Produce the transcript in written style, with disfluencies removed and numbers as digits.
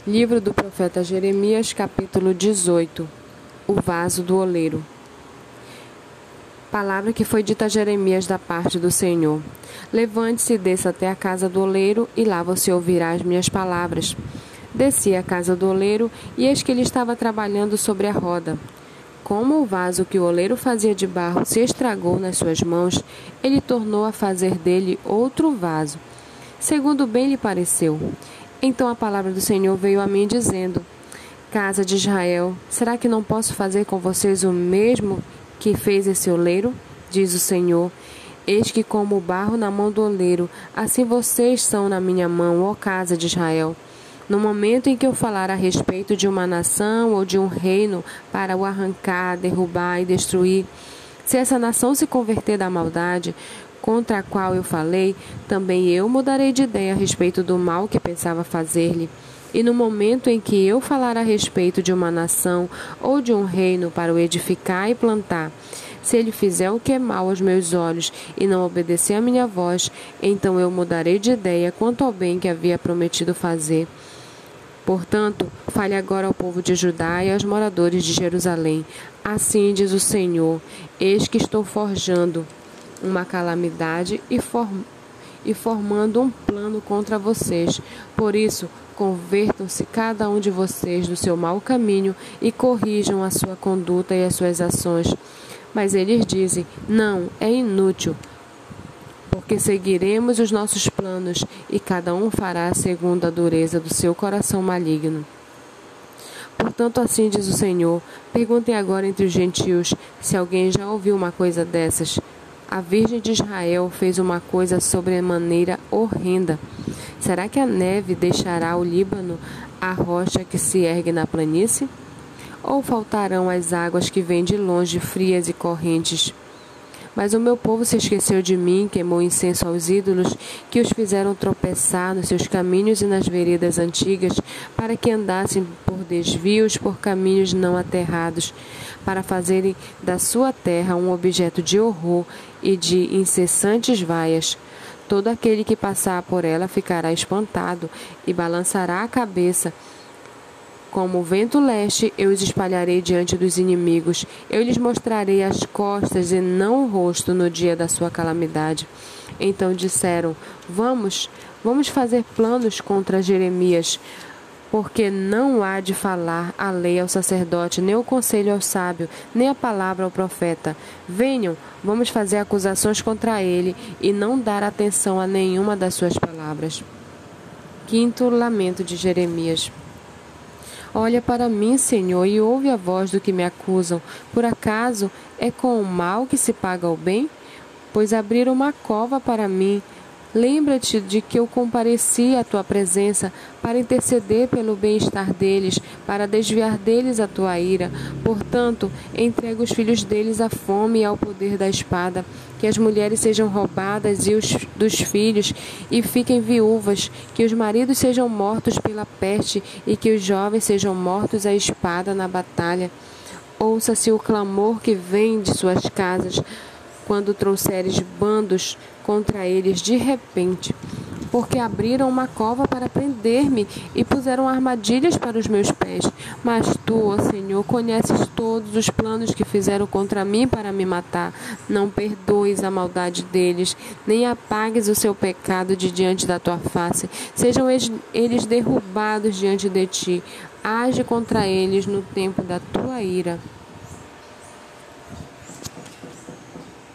Livro do profeta Jeremias, capítulo 18. O vaso do oleiro. Palavra que foi dita a Jeremias da parte do Senhor. Levante-se e desça até a casa do oleiro, e lá você ouvirá as minhas palavras. Desci à casa do oleiro, e eis que ele estava trabalhando sobre a roda. Como o vaso que o oleiro fazia de barro se estragou nas suas mãos, ele tornou a fazer dele outro vaso, segundo bem lhe pareceu. Então a palavra do Senhor veio a mim, dizendo: Casa de Israel, será que não posso fazer com vocês o mesmo que fez esse oleiro? Diz o Senhor. Eis que como o barro na mão do oleiro, assim vocês são na minha mão, ó casa de Israel. No momento em que eu falar a respeito de uma nação ou de um reino para o arrancar, derrubar e destruir, se essa nação se converter da maldade contra a qual eu falei, também eu mudarei de ideia a respeito do mal que pensava fazer-lhe. E no momento em que eu falar a respeito de uma nação ou de um reino para o edificar e plantar, se ele fizer o que é mal aos meus olhos e não obedecer à minha voz, então eu mudarei de ideia quanto ao bem que havia prometido fazer. Portanto, fale agora ao povo de Judá e aos moradores de Jerusalém. Assim diz o Senhor: eis que estou forjando uma calamidade e formando um plano contra vocês. Por isso, convertam-se cada um de vocês do seu mau caminho e corrijam a sua conduta e as suas ações. Mas eles dizem: não, é inútil, porque seguiremos os nossos planos e cada um fará segundo a dureza do seu coração maligno. Portanto, assim diz o Senhor: perguntem agora entre os gentios se alguém já ouviu uma coisa dessas. A Virgem de Israel fez uma coisa sobremaneira horrenda. Será que a neve deixará o Líbano, a rocha que se ergue na planície? Ou faltarão as águas que vêm de longe, frias e correntes? Mas o meu povo se esqueceu de mim, queimou incenso aos ídolos, que os fizeram tropeçar nos seus caminhos e nas veredas antigas, para que andassem por desvios, por caminhos não aterrados, para fazerem da sua terra um objeto de horror e de incessantes vaias. Todo aquele que passar por ela ficará espantado e balançará a cabeça. Como o vento leste, eu os espalharei diante dos inimigos. Eu lhes mostrarei as costas e não o rosto no dia da sua calamidade. Então disseram: Vamos fazer planos contra Jeremias, porque não há de falar a lei ao sacerdote, nem o conselho ao sábio, nem a palavra ao profeta. Venham, vamos fazer acusações contra ele e não dar atenção a nenhuma das suas palavras. Quinto lamento de Jeremias. Olha para mim, Senhor, e ouve a voz do que me acusam. Por acaso é com o mal que se paga o bem? Pois abriram uma cova para mim. Lembra-te de que eu compareci à tua presença para interceder pelo bem-estar deles, para desviar deles a tua ira. Portanto, entrega os filhos deles à fome e ao poder da espada, que as mulheres sejam roubadas e os dos filhos e fiquem viúvas, que os maridos sejam mortos pela peste e que os jovens sejam mortos à espada na batalha. Ouça-se o clamor que vem de suas casas, quando trouxeres bandos contra eles de repente, porque abriram uma cova para prender-me e puseram armadilhas para os meus pés. Mas tu, ó Senhor, conheces todos os planos que fizeram contra mim para me matar. Não perdoes a maldade deles, nem apagues o seu pecado de diante da tua face. Sejam eles derrubados diante de ti. Age contra eles no tempo da tua ira.